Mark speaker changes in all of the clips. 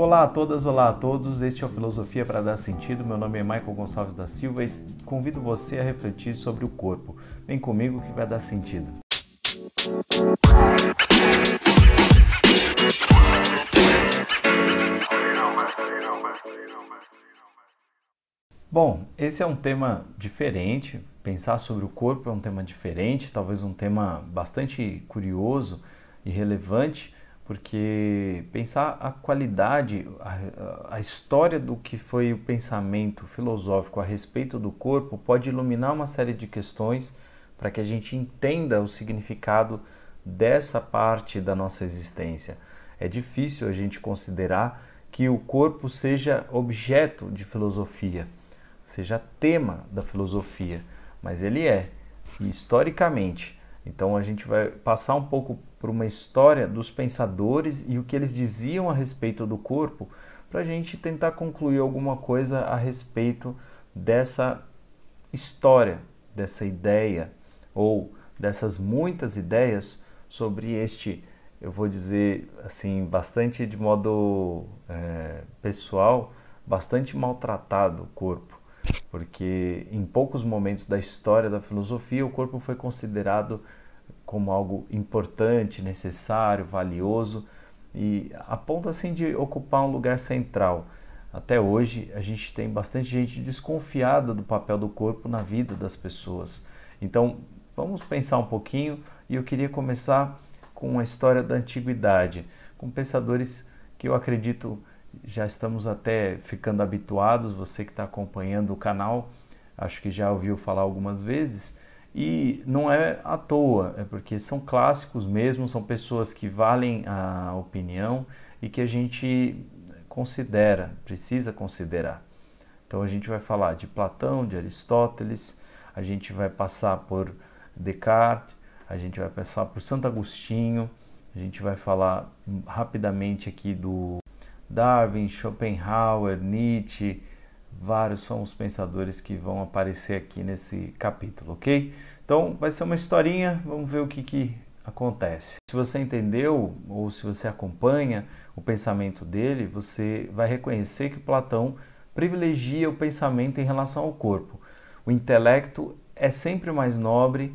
Speaker 1: Olá a todas, olá a todos, este é o Filosofia para Dar Sentido, meu nome é Michael Gonçalves da Silva e convido você a refletir sobre o corpo. Vem comigo que vai dar sentido. Bom, esse é um tema diferente, pensar sobre o corpo é um tema diferente, talvez um tema bastante curioso e relevante, porque pensar a qualidade, a história do que foi o pensamento filosófico a respeito do corpo pode iluminar uma série de questões para que a gente entenda o significado dessa parte da nossa existência. É difícil a gente considerar que o corpo seja objeto de filosofia, seja tema da filosofia, mas ele é, historicamente. Então a gente vai passar um pouco por uma história dos pensadores e o que eles diziam a respeito do corpo, para a gente tentar concluir alguma coisa a respeito dessa história, dessa ideia, ou dessas muitas ideias sobre este, eu vou dizer assim, bastante de modo pessoal, bastante maltratado corpo. Porque em poucos momentos da história da filosofia o corpo foi considerado como algo importante, necessário, valioso e a ponto assim de ocupar um lugar central. Até hoje a gente tem bastante gente desconfiada do papel do corpo na vida das pessoas. Então vamos pensar um pouquinho e eu queria começar com a história da antiguidade, com pensadores que eu acredito já estamos até ficando habituados, você que está acompanhando o canal, acho que já ouviu falar algumas vezes, e não é à toa, é porque são clássicos mesmo, são pessoas que valem a opinião e que a gente considera, precisa considerar. Então a gente vai falar de Platão, de Aristóteles, a gente vai passar por Descartes, a gente vai passar por Santo Agostinho, a gente vai falar rapidamente aqui do Darwin, Schopenhauer, Nietzsche, vários são os pensadores que vão aparecer aqui nesse capítulo, ok? Então vai ser uma historinha, vamos ver o que acontece. Se você entendeu ou se você acompanha o pensamento dele, você vai reconhecer que Platão privilegia o pensamento em relação ao corpo. O intelecto é sempre mais nobre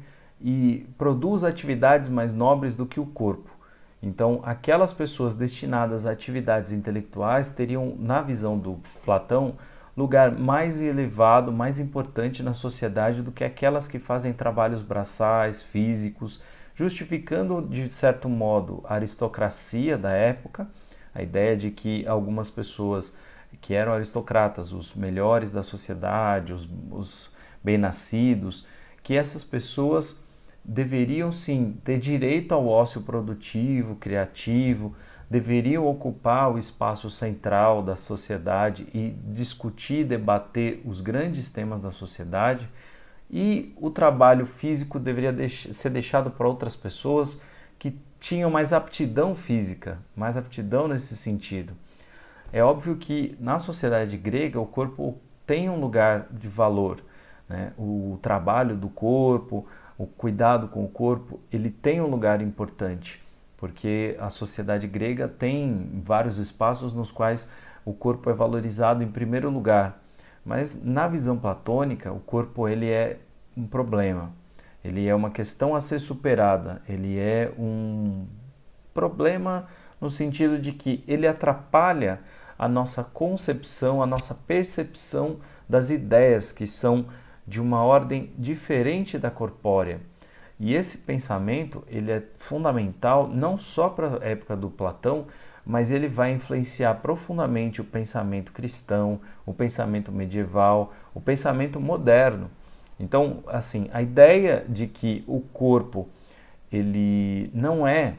Speaker 1: e produz atividades mais nobres do que o corpo. Então, aquelas pessoas destinadas a atividades intelectuais teriam, na visão do Platão, lugar mais elevado, mais importante na sociedade do que aquelas que fazem trabalhos braçais, físicos, justificando, de certo modo, a aristocracia da época, a ideia de que algumas pessoas que eram aristocratas, os melhores da sociedade, os bem-nascidos, que essas pessoas deveriam sim ter direito ao ócio produtivo, criativo, deveriam ocupar o espaço central da sociedade e discutir, debater os grandes temas da sociedade, e o trabalho físico deveria ser deixado para outras pessoas que tinham mais aptidão física, mais aptidão nesse sentido. É óbvio que na sociedade grega o corpo tem um lugar de valor, né? O trabalho do corpo, o cuidado com o corpo, ele tem um lugar importante, porque a sociedade grega tem vários espaços nos quais o corpo é valorizado em primeiro lugar. Mas na visão platônica, o corpo ele é um problema, ele é uma questão a ser superada, ele é um problema no sentido de que ele atrapalha a nossa concepção, a nossa percepção das ideias que são de uma ordem diferente da corpórea. E esse pensamento ele é fundamental não só para a época do Platão, mas ele vai influenciar profundamente o pensamento cristão, o pensamento medieval, o pensamento moderno. Então, assim, a ideia de que o corpo ele não é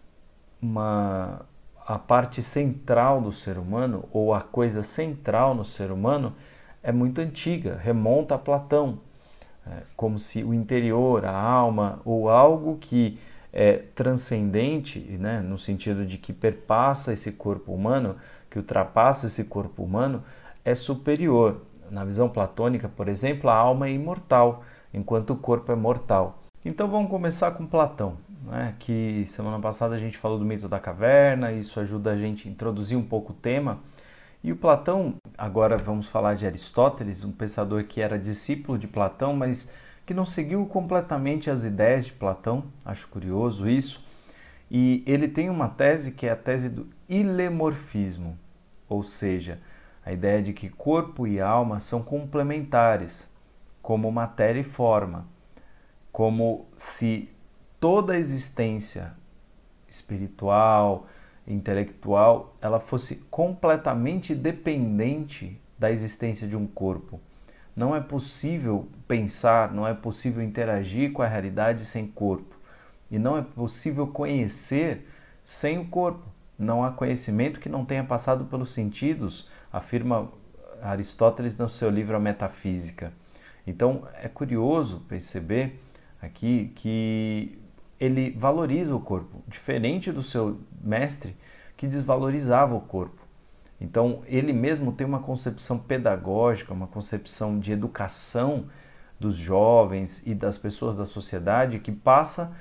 Speaker 1: a parte central do ser humano ou a coisa central no ser humano é muito antiga, remonta a Platão, como se o interior, a alma ou algo que é transcendente, né, no sentido de que perpassa esse corpo humano, que ultrapassa esse corpo humano, é superior. Na visão platônica, por exemplo, a alma é imortal, enquanto o corpo é mortal. Então vamos começar com Platão. né, que semana passada a gente falou do mito da caverna, isso ajuda a gente a introduzir um pouco o tema. E o Platão, agora vamos falar de Aristóteles, um pensador que era discípulo de Platão, mas que não seguiu completamente as ideias de Platão, acho curioso isso. E ele tem uma tese que é a tese do ilemorfismo, ou seja, a ideia de que corpo e alma são complementares, como matéria e forma, como se toda a existência espiritual, intelectual, ela fosse completamente dependente da existência de um corpo. Não é possível pensar, não é possível interagir com a realidade sem corpo. E não é possível conhecer sem o corpo. Não há conhecimento que não tenha passado pelos sentidos, afirma Aristóteles no seu livro A Metafísica. Então é curioso perceber aqui que ele valoriza o corpo, diferente do seu mestre que desvalorizava o corpo. Então ele mesmo tem uma concepção pedagógica, uma concepção de educação dos jovens e das pessoas da sociedade que passa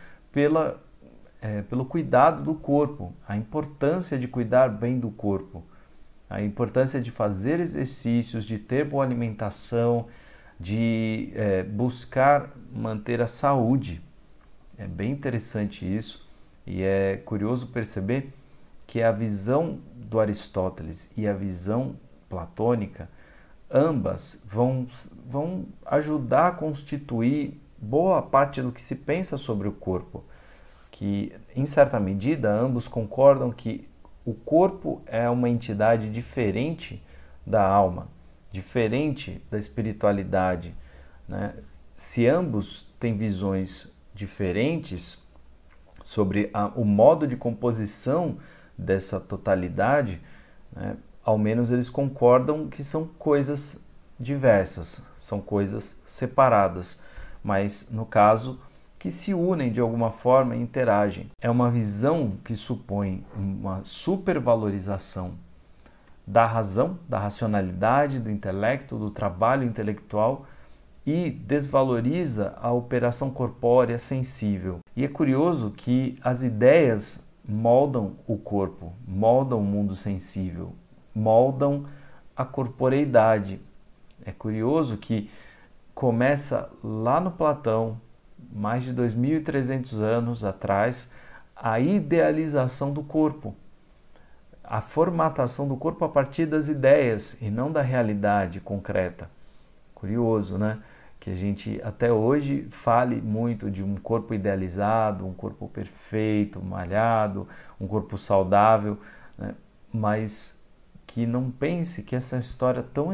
Speaker 1: pelo cuidado do corpo, a importância de cuidar bem do corpo, a importância de fazer exercícios, de ter boa alimentação, de buscar manter a saúde. É bem interessante isso e é curioso perceber que a visão do Aristóteles e a visão platônica, ambas vão ajudar a constituir boa parte do que se pensa sobre o corpo, que em certa medida ambos concordam que o corpo é uma entidade diferente da alma, diferente da espiritualidade, né? Se ambos têm visões diferentes sobre o modo de composição dessa totalidade, né, ao menos eles concordam que são coisas diversas, são coisas separadas, mas no caso que se unem de alguma forma e interagem. É uma visão que supõe uma supervalorização da razão, da racionalidade, do intelecto, do trabalho intelectual e desvaloriza a operação corpórea sensível. E é curioso que as ideias moldam o corpo, moldam o mundo sensível, moldam a corporeidade. É curioso que começa lá no Platão, mais de 2.300 anos atrás, a idealização do corpo, a formatação do corpo a partir das ideias e não da realidade concreta. Curioso, né? Que a gente até hoje fale muito de um corpo idealizado, um corpo perfeito, malhado, um corpo saudável, né? Mas que não pense que essa história é tão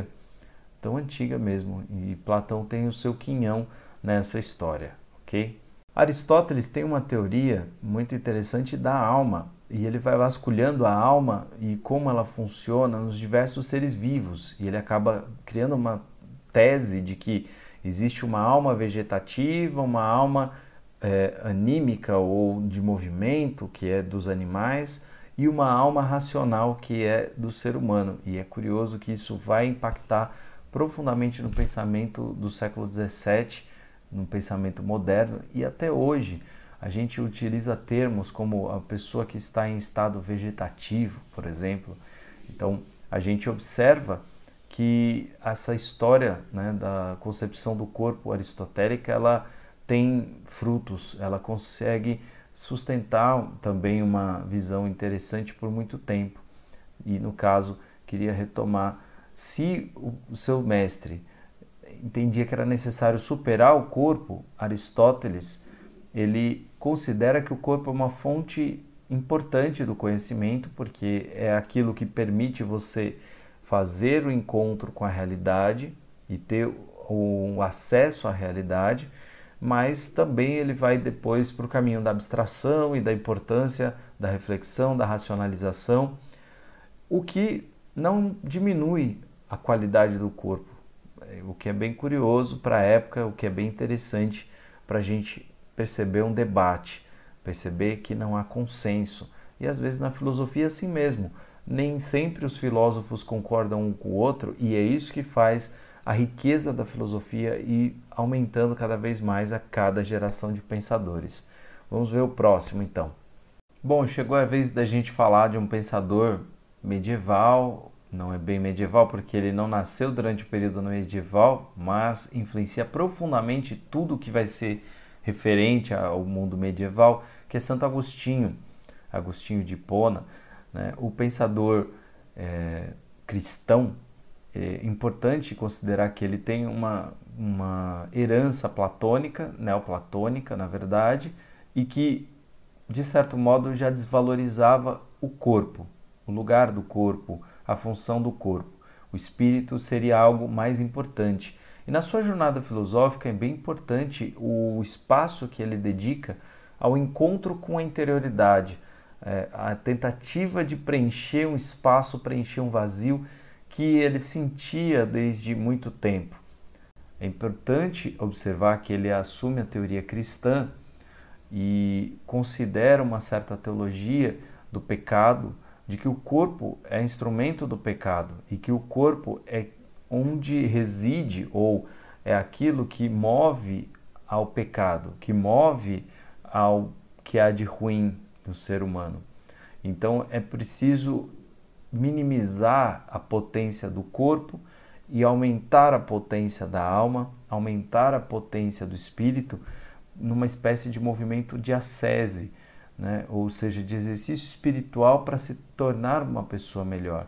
Speaker 1: antiga mesmo, e Platão tem o seu quinhão nessa história, ok? Aristóteles tem uma teoria muito interessante da alma, e ele vai vasculhando a alma e como ela funciona nos diversos seres vivos, e ele acaba criando uma tese de que existe uma alma vegetativa, uma alma anímica ou de movimento, que é dos animais, e uma alma racional, que é do ser humano. E é curioso que isso vai impactar profundamente no pensamento do século XVII, no pensamento moderno, e até hoje a gente utiliza termos como a pessoa que está em estado vegetativo, por exemplo. Então a gente observa que essa história, né, da concepção do corpo aristotélica, ela tem frutos, ela consegue sustentar também uma visão interessante por muito tempo. E no caso, queria retomar, se o seu mestre entendia que era necessário superar o corpo, Aristóteles, ele considera que o corpo é uma fonte importante do conhecimento, porque é aquilo que permite você fazer o encontro com a realidade e ter o acesso à realidade, mas também ele vai depois para o caminho da abstração e da importância da reflexão, da racionalização, o que não diminui a qualidade do corpo, o que é bem curioso para a época, o que é bem interessante para a gente perceber um debate, perceber que não há consenso. E às vezes na filosofia é assim mesmo, nem sempre os filósofos concordam um com o outro, e é isso que faz a riqueza da filosofia ir aumentando cada vez mais a cada geração de pensadores. Vamos ver o próximo então. Bom, chegou a vez da gente falar de um pensador medieval, não é bem medieval porque ele não nasceu durante o período medieval, mas influencia profundamente tudo que vai ser referente ao mundo medieval, que é Santo Agostinho, Agostinho de Hipona, né? O pensador cristão. É importante considerar que ele tem uma herança platônica, neoplatônica, na verdade, e que, de certo modo, já desvalorizava o corpo, o lugar do corpo, a função do corpo. O espírito seria algo mais importante. E na sua jornada filosófica é bem importante o espaço que ele dedica ao encontro com a interioridade, a tentativa de preencher um espaço, preencher um vazio que ele sentia desde muito tempo. É importante observar que ele assume a teoria cristã e considera uma certa teologia do pecado, de que o corpo é instrumento do pecado e que o corpo é onde reside ou é aquilo que move ao pecado, que move ao que há de ruim no ser humano. Então é preciso minimizar a potência do corpo e aumentar a potência da alma, aumentar a potência do espírito numa espécie de movimento de ascese, né? Ou seja, de exercício espiritual para se tornar uma pessoa melhor.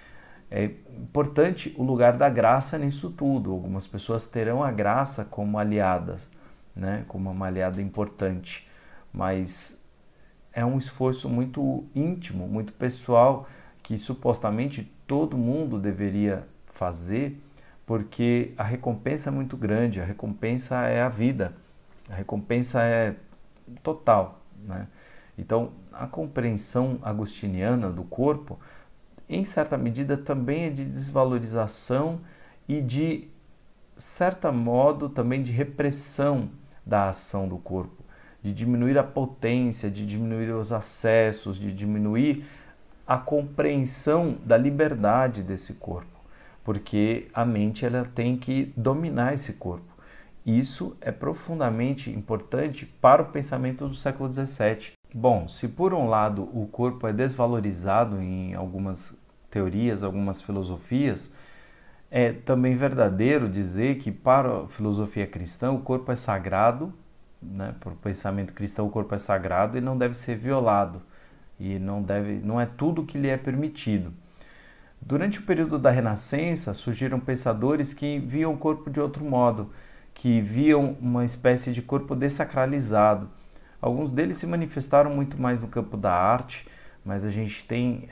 Speaker 1: É importante o lugar da graça nisso tudo. Algumas pessoas terão a graça como aliadas, né? Como uma aliada importante, mas é um esforço muito íntimo, muito pessoal, que supostamente todo mundo deveria fazer, porque a recompensa é muito grande, a recompensa é a vida, a recompensa é total, né? Então, a compreensão agostiniana do corpo, em certa medida, também é de desvalorização e de certo modo também de repressão da ação do corpo, de diminuir a potência, de diminuir os acessos, de diminuir a compreensão da liberdade desse corpo, porque a mente ela tem que dominar esse corpo. Isso é profundamente importante para o pensamento do século XVII. Bom, se por um lado o corpo é desvalorizado em algumas teorias, algumas filosofias, é também verdadeiro dizer que para a filosofia cristã o corpo é sagrado, né? Para o pensamento cristão o corpo é sagrado e não deve ser violado. E não é tudo que lhe é permitido. Durante o período da Renascença, surgiram pensadores que viam o corpo de outro modo, que viam uma espécie de corpo dessacralizado. Alguns deles se manifestaram muito mais no campo da arte, mas a gente tem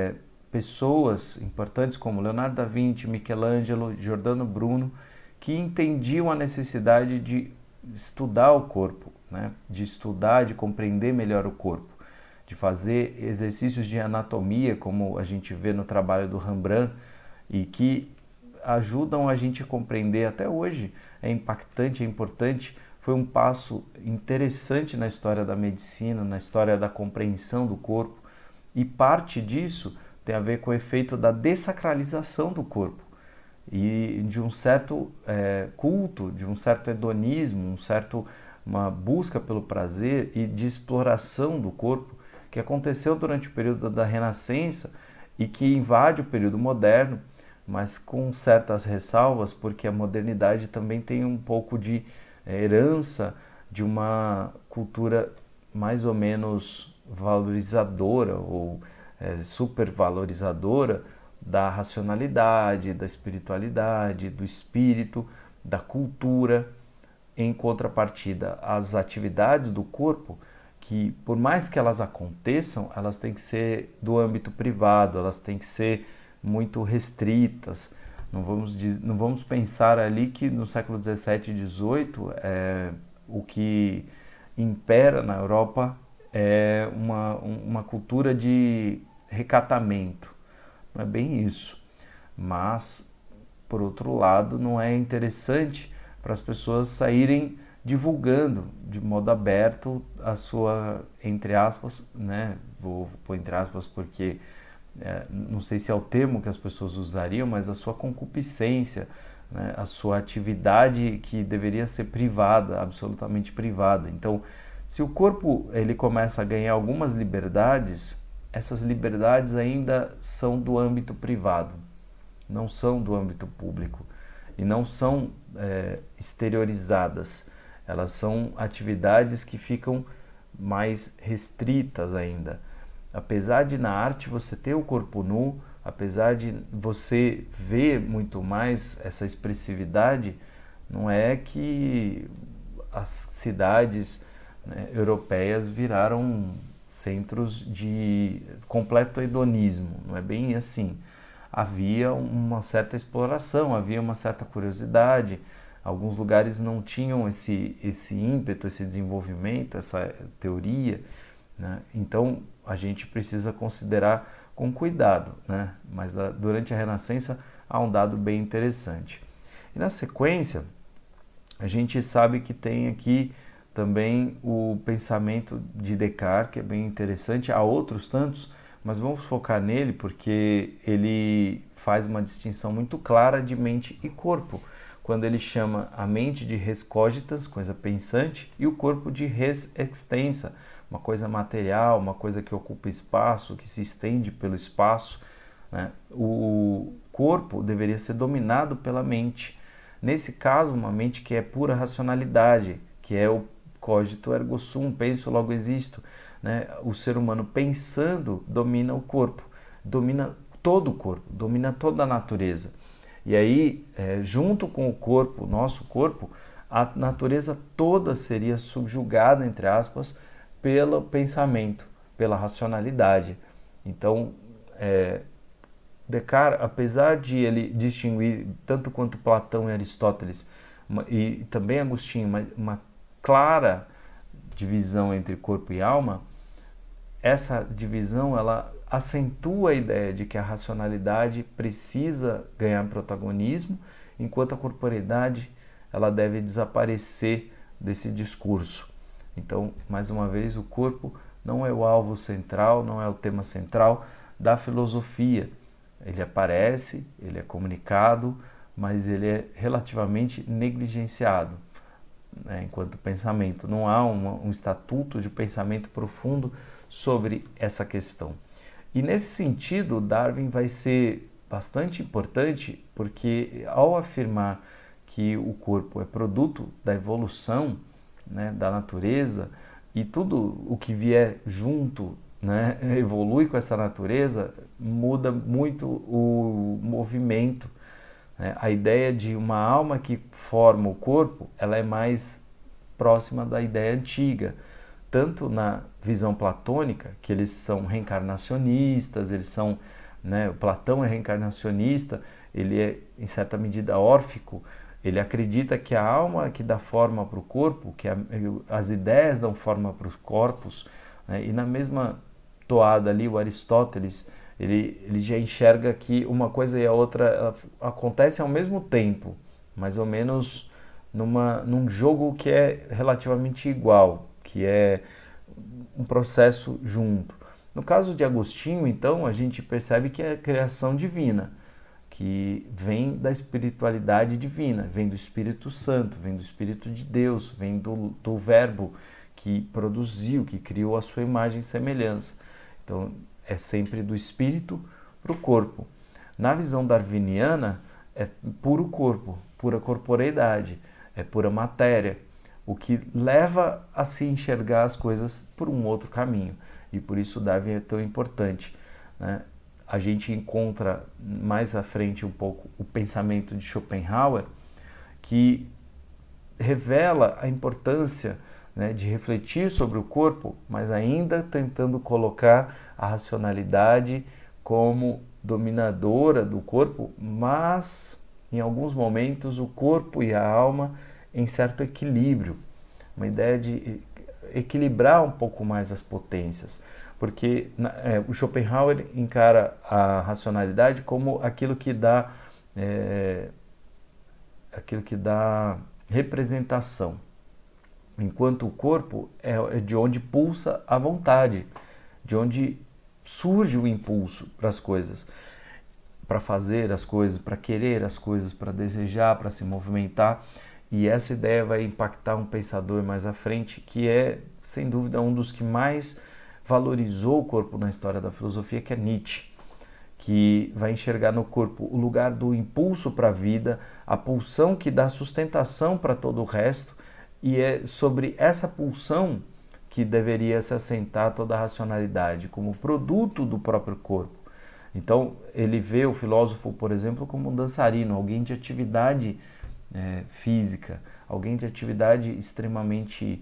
Speaker 1: pessoas importantes como Leonardo da Vinci, Michelangelo, Giordano Bruno, que entendiam a necessidade de estudar o corpo, né? De estudar, de compreender melhor o corpo, de fazer exercícios de anatomia, como a gente vê no trabalho do Rembrandt, e que ajudam a gente a compreender até hoje. É impactante, é importante, foi um passo interessante na história da medicina, na história da compreensão do corpo, e parte disso tem a ver com o efeito da dessacralização do corpo e de um certo culto, de um certo hedonismo, uma busca pelo prazer e de exploração do corpo que aconteceu durante o período da Renascença e que invade o período moderno, mas com certas ressalvas, porque a modernidade também tem um pouco de herança de uma cultura mais ou menos valorizadora ou supervalorizadora da racionalidade, da espiritualidade, do espírito, da cultura. Em contrapartida, as atividades do corpo, que por mais que elas aconteçam, elas têm que ser do âmbito privado, elas têm que ser muito restritas. Não vamos pensar ali que no século XVII e XVIII o que impera na Europa é uma cultura de recatamento. Não é bem isso. Mas, por outro lado, não é interessante para as pessoas saírem divulgando de modo aberto a sua, entre aspas, né? Vou pôr entre aspas porque não sei se é o termo que as pessoas usariam, mas a sua concupiscência, né? A sua atividade que deveria ser privada, absolutamente privada. Então, Se o corpo ele começa a ganhar algumas liberdades, essas liberdades ainda são do âmbito privado, não são do âmbito público e não são exteriorizadas. Elas são atividades que ficam mais restritas ainda. Apesar de na arte você ter o corpo nu, apesar de você ver muito mais essa expressividade, não é que as cidades, né, europeias viraram centros de completo hedonismo, não é bem assim. Havia uma certa exploração, havia uma certa curiosidade, alguns lugares não tinham esse ímpeto, esse desenvolvimento, essa teoria, né? Então a gente precisa considerar com cuidado, né? Mas durante a Renascença há um dado bem interessante. E na sequência, a gente sabe que tem aqui também o pensamento de Descartes, que é bem interessante. Há outros tantos, mas vamos focar nele porque ele faz uma distinção muito clara de mente e corpo, quando ele chama a mente de res cogitans, coisa pensante, e o corpo de res extensa, uma coisa material, uma coisa que ocupa espaço, que se estende pelo espaço, né? O corpo deveria ser dominado pela mente. Nesse caso, uma mente que é pura racionalidade, que é o cogito ergo sum, penso logo existo, né? O ser humano pensando domina o corpo, domina todo o corpo, domina toda a natureza. E aí, junto com o corpo, nosso corpo, a natureza toda seria subjugada, entre aspas, pelo pensamento, pela racionalidade. Então, Descartes, apesar de ele distinguir, tanto quanto Platão e Aristóteles, e também Agostinho, uma clara divisão entre corpo e alma, essa divisão ela acentua a ideia de que a racionalidade precisa ganhar protagonismo, enquanto a corporeidade ela deve desaparecer desse discurso. Então, mais uma vez, o corpo não é o alvo central, não é o tema central da filosofia. Ele aparece, ele é comunicado, mas ele é relativamente negligenciado, né, enquanto pensamento. Não há um estatuto de pensamento profundo sobre essa questão. E nesse sentido, Darwin vai ser bastante importante, porque ao afirmar que o corpo é produto da evolução, né, da natureza, e tudo o que vier junto, né, evolui com essa natureza, muda muito o movimento, né? A ideia de uma alma que forma o corpo, ela é mais próxima da ideia antiga, tanto na visão platônica, que eles são reencarnacionistas, eles são, né, o Platão é reencarnacionista, ele é em certa medida órfico, ele acredita que a alma que dá forma para o corpo, que as ideias dão forma para os corpos, né? E na mesma toada ali, o Aristóteles, ele já enxerga que uma coisa e a outra acontecem ao mesmo tempo, mais ou menos num jogo que é relativamente igual, que é um processo junto. No caso de Agostinho, então, a gente percebe que é a criação divina, que vem da espiritualidade divina, vem do Espírito Santo, vem do Espírito de Deus, vem do Verbo que produziu, que criou a sua imagem e semelhança. Então, é sempre do espírito para o corpo. Na visão darwiniana, é puro corpo, pura corporeidade, é pura matéria, o que leva a se enxergar as coisas por um outro caminho. E por isso Darwin é tão importante, né? A gente encontra mais à frente um pouco o pensamento de Schopenhauer, que revela a importância, né, de refletir sobre o corpo, mas ainda tentando colocar a racionalidade como dominadora do corpo, mas em alguns momentos o corpo e a alma em certo equilíbrio, uma ideia de equilibrar um pouco mais as potências, porque o Schopenhauer encara a racionalidade como aquilo que dá representação, enquanto o corpo é de onde pulsa a vontade, de onde surge o impulso para as coisas, para fazer as coisas, para querer as coisas, para desejar, para se movimentar. e essa ideia vai impactar um pensador mais à frente, que é, sem dúvida, um dos que mais valorizou o corpo na história da filosofia, que é Nietzsche, que vai enxergar no corpo o lugar do impulso para a vida, a pulsão que dá sustentação para todo o resto, e é sobre essa pulsão que deveria se assentar toda a racionalidade, como produto do próprio corpo. Então, ele vê o filósofo, por exemplo, como um dançarino, alguém de atividade física, alguém de atividade extremamente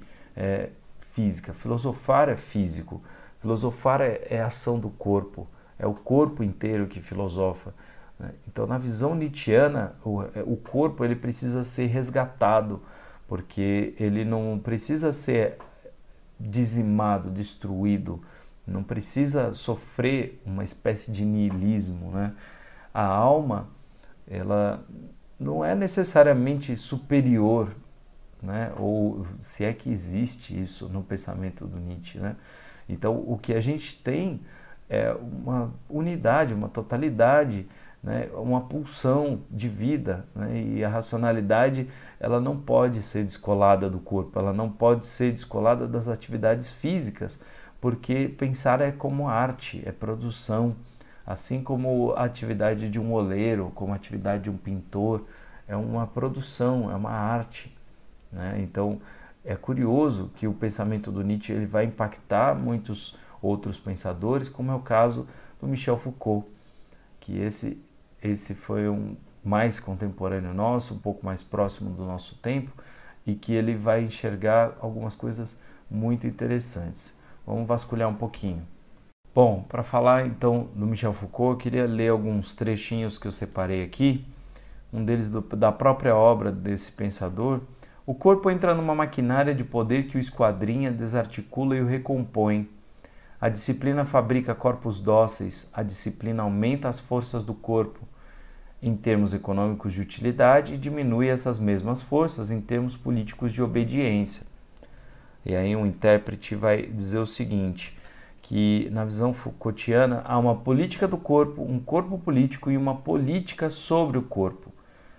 Speaker 1: física. Filosofar é físico, filosofar é ação do corpo, é o corpo inteiro que filosofa. Então, na visão nietzschiana, o corpo ele precisa ser resgatado, porque ele não precisa ser dizimado, destruído, não precisa sofrer uma espécie de niilismo, né? A alma, ela não é necessariamente superior, né? Ou se é que existe isso no pensamento do Nietzsche, né? Então, o que a gente tem é uma unidade, uma totalidade, né? Uma pulsão de vida, né? E a racionalidade ela não pode ser descolada do corpo, ela não pode ser descolada das atividades físicas, porque pensar é como arte, é produção, assim como a atividade de um oleiro, como a atividade de um pintor, é uma produção, é uma arte, né? Então, é curioso que o pensamento do Nietzsche ele vai impactar muitos outros pensadores, como é o caso do Michel Foucault, que esse foi um mais contemporâneo nosso, um pouco mais próximo do nosso tempo, e que ele vai enxergar algumas coisas muito interessantes. Vamos vasculhar um pouquinho. Bom, para falar então do Michel Foucault, eu queria ler alguns trechinhos que eu separei aqui, um deles da própria obra desse pensador. O corpo entra numa maquinária de poder que o esquadrinha, desarticula e o recompõe. A disciplina fabrica corpos dóceis, a disciplina aumenta as forças do corpo em termos econômicos de utilidade e diminui essas mesmas forças em termos políticos de obediência. E aí um intérprete vai dizer o seguinte, que na visão Foucaultiana há uma política do corpo, um corpo político e uma política sobre o corpo.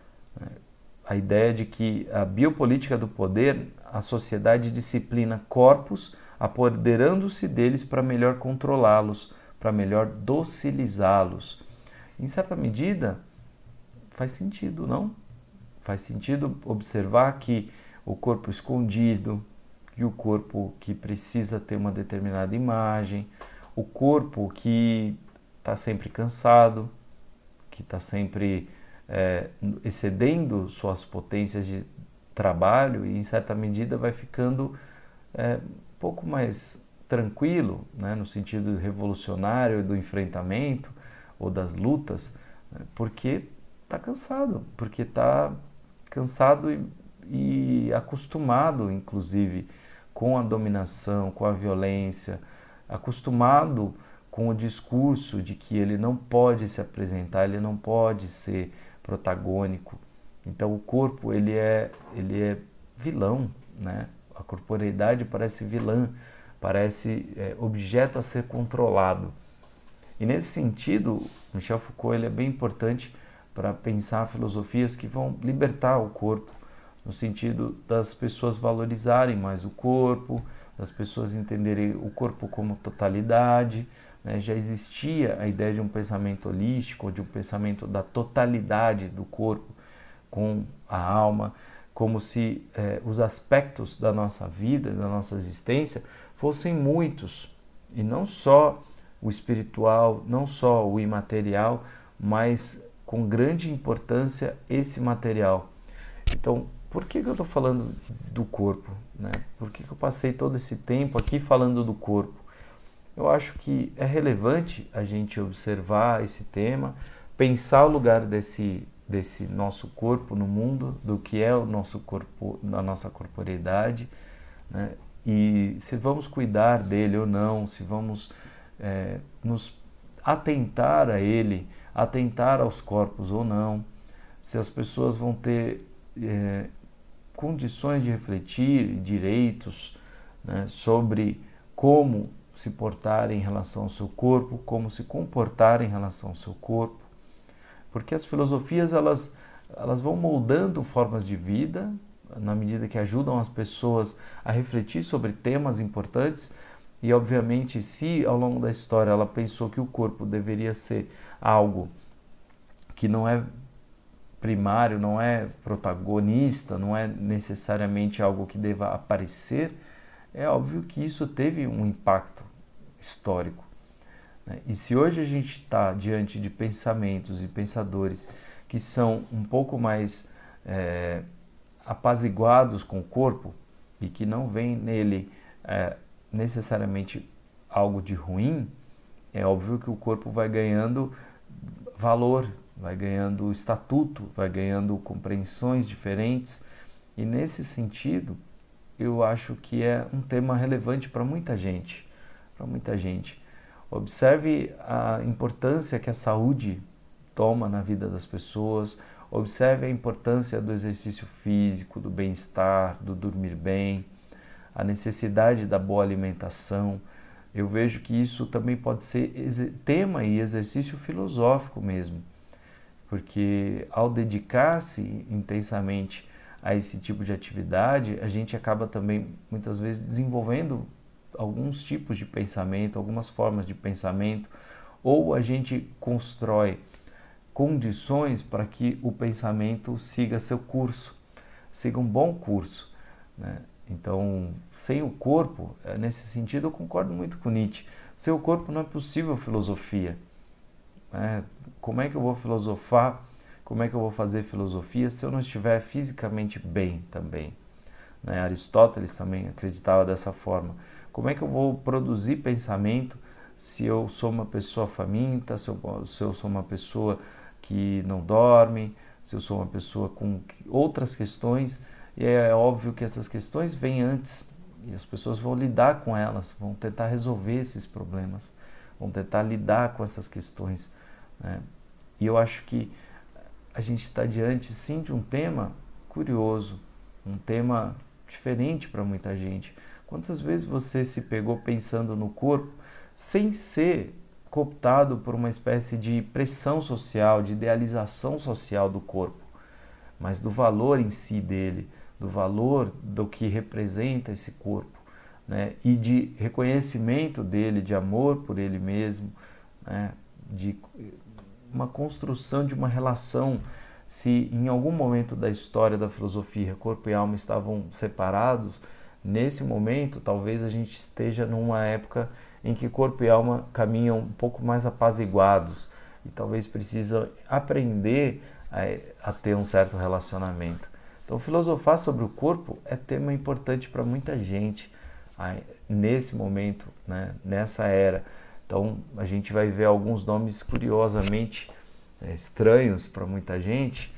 Speaker 1: A ideia de que a biopolítica do poder, a sociedade disciplina corpos, apoderando-se deles para melhor controlá-los, para melhor docilizá-los. Em certa medida, faz sentido, não? Faz sentido observar que o corpo escondido, que o corpo que precisa ter uma determinada imagem, o corpo que está sempre cansado, que está sempre excedendo suas potências de trabalho e, em certa medida, vai ficando um pouco mais tranquilo, né, no sentido revolucionário do enfrentamento ou das lutas, né, porque está cansado e acostumado, inclusive, com a dominação, com a violência, acostumado com o discurso de que ele não pode se apresentar, ele não pode ser protagônico. Então o corpo ele é vilão, né? A corporeidade parece vilã, parece objeto a ser controlado. E nesse sentido, Michel Foucault ele é bem importante para pensar filosofias que vão libertar o corpo, no sentido das pessoas valorizarem mais o corpo, das pessoas entenderem o corpo como totalidade, né? Já existia a ideia de um pensamento holístico, de um pensamento da totalidade do corpo com a alma, como se os aspectos da nossa vida, da nossa existência, fossem muitos, e não só o espiritual, não só o imaterial, mas com grande importância esse material. Então, por que eu estou falando do corpo, né? Por que eu passei todo esse tempo aqui falando do corpo? Eu acho que é relevante a gente observar esse tema, pensar o lugar desse nosso corpo no mundo, do que é o nosso corpo, da nossa corporeidade, né? E se vamos cuidar dele ou não, se vamos nos atentar a ele, atentar aos corpos ou não, se as pessoas vão ter condições de refletir, direitos, né, sobre como se portar em relação ao seu corpo, como se comportar em relação ao seu corpo, porque as filosofias elas vão moldando formas de vida, na medida que ajudam as pessoas a refletir sobre temas importantes. E, obviamente, se ao longo da história ela pensou que o corpo deveria ser algo que não é primário, não é protagonista, não é necessariamente algo que deva aparecer, é óbvio que isso teve um impacto histórico. E se hoje a gente está diante de pensamentos e pensadores que são um pouco mais apaziguados com o corpo e que não veem nele necessariamente algo de ruim, é óbvio que o corpo vai ganhando valor, vai ganhando estatuto, vai ganhando compreensões diferentes, e nesse sentido eu acho que é um tema relevante para muita gente, para muita gente. Observe a importância que a saúde toma na vida das pessoas, observe a importância do exercício físico, do bem-estar, do dormir bem, a necessidade da boa alimentação. Eu vejo que isso também pode ser tema e exercício filosófico mesmo, porque ao dedicar-se intensamente a esse tipo de atividade, a gente acaba também muitas vezes desenvolvendo alguns tipos de pensamento, algumas formas de pensamento, ou a gente constrói condições para que o pensamento siga seu curso, siga um bom curso, né? Então, sem o corpo, nesse sentido eu concordo muito com Nietzsche, sem o corpo não é possível filosofia, né? Como é que eu vou filosofar, como é que eu vou fazer filosofia se eu não estiver fisicamente bem também, né? Aristóteles também acreditava dessa forma. Como é que eu vou produzir pensamento se eu sou uma pessoa faminta, se eu sou uma pessoa que não dorme, se eu sou uma pessoa com outras questões? E é óbvio que essas questões vêm antes e as pessoas vão lidar com elas, vão tentar resolver esses problemas, vão tentar lidar com essas questões, né? E eu acho que a gente está diante, sim, de um tema curioso, um tema diferente para muita gente. Quantas vezes você se pegou pensando no corpo sem ser cooptado por uma espécie de pressão social, de idealização social do corpo, mas do valor em si dele, do valor do que representa esse corpo, né? E de reconhecimento dele, de amor por ele mesmo, né? De uma construção de uma relação. Se em algum momento da história da filosofia corpo e alma estavam separados, nesse momento talvez a gente esteja numa época em que corpo e alma caminham um pouco mais apaziguados e talvez precisam aprender a ter um certo relacionamento. Então, filosofar sobre o corpo é tema importante para muita gente nesse momento, né, nessa era. Então, a gente vai ver alguns nomes curiosamente estranhos para muita gente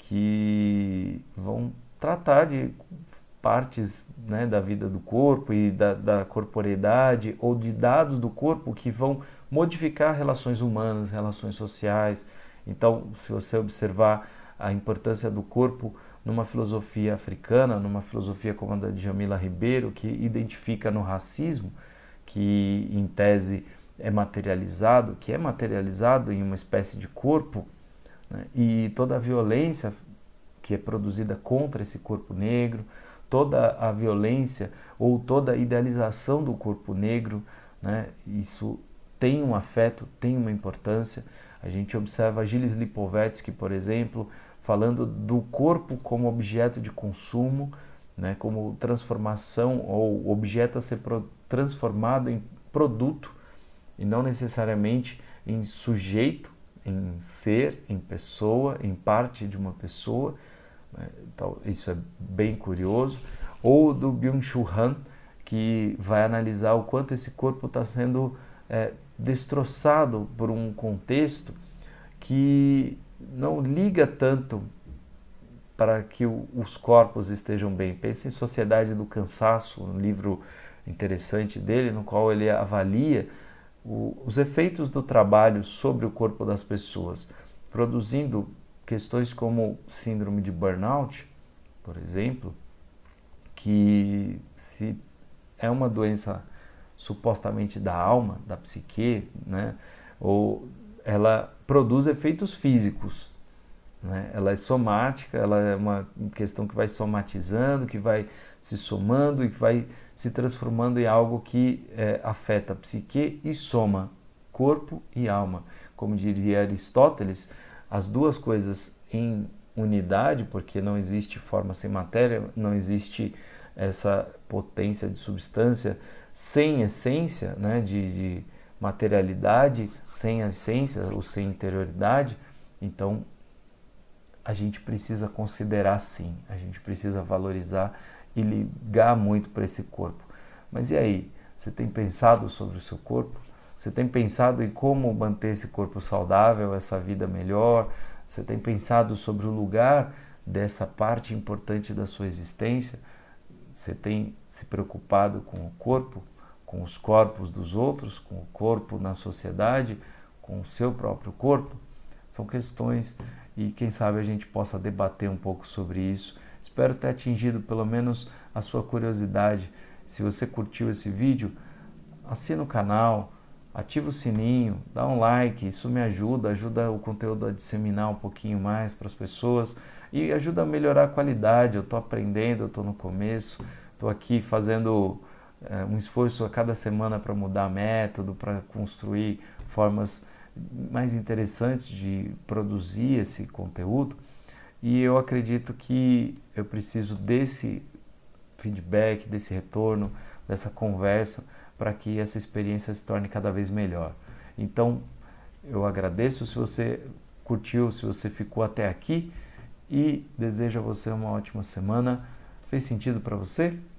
Speaker 1: que vão tratar de partes, né, da vida do corpo e da corporeidade ou de dados do corpo que vão modificar relações humanas, relações sociais. Então, se você observar a importância do corpo numa filosofia africana, numa filosofia como a da Djamila Ribeiro, que identifica no racismo, que em tese é materializado, que é materializado em uma espécie de corpo, né? E toda a violência que é produzida contra esse corpo negro, toda a violência ou toda a idealização do corpo negro, né? Isso tem um afeto, tem uma importância. A gente observa Gilles Lipovetsky, por exemplo, falando do corpo como objeto de consumo, né? Como transformação ou objeto a ser transformado em produto e não necessariamente em sujeito, em ser, em pessoa, em parte de uma pessoa. Então, isso é bem curioso. Ou do Byung-Chul Han, que vai analisar o quanto esse corpo está sendo destroçado por um contexto que não liga tanto para que os corpos estejam bem. Pensa em Sociedade do Cansaço, um livro interessante dele, no qual ele avalia os efeitos do trabalho sobre o corpo das pessoas, produzindo questões como síndrome de burnout, por exemplo, que se é uma doença supostamente da alma, da psique, né? Ou ela produz efeitos físicos, né? Ela é somática, ela é uma questão que vai somatizando, que vai se somando e que vai se transformando em algo que afeta a psique e soma corpo e alma. Como diria Aristóteles, as duas coisas em unidade, porque não existe forma sem matéria, não existe essa potência de substância sem essência, né, de materialidade, sem essência ou sem interioridade. Então a gente precisa considerar sim, a gente precisa valorizar e ligar muito para esse corpo. Mas e aí, você tem pensado sobre o seu corpo? Você tem pensado em como manter esse corpo saudável, essa vida melhor? Você tem pensado sobre o lugar dessa parte importante da sua existência? Você tem se preocupado com o corpo, com os corpos dos outros, com o corpo na sociedade, com o seu próprio corpo? São questões e quem sabe a gente possa debater um pouco sobre isso. Espero ter atingido pelo menos a sua curiosidade. Se você curtiu esse vídeo, assina o canal, ativa o sininho, dá um like, isso me ajuda, ajuda o conteúdo a disseminar um pouquinho mais para as pessoas e ajuda a melhorar a qualidade. Eu estou aprendendo, eu estou no começo, estou aqui fazendo um esforço a cada semana para mudar método, para construir formas mais interessantes de produzir esse conteúdo, e eu acredito que eu preciso desse feedback, desse retorno, dessa conversa, para que essa experiência se torne cada vez melhor. Então, eu agradeço se você curtiu, se você ficou até aqui, e desejo a você uma ótima semana. Fez sentido para você?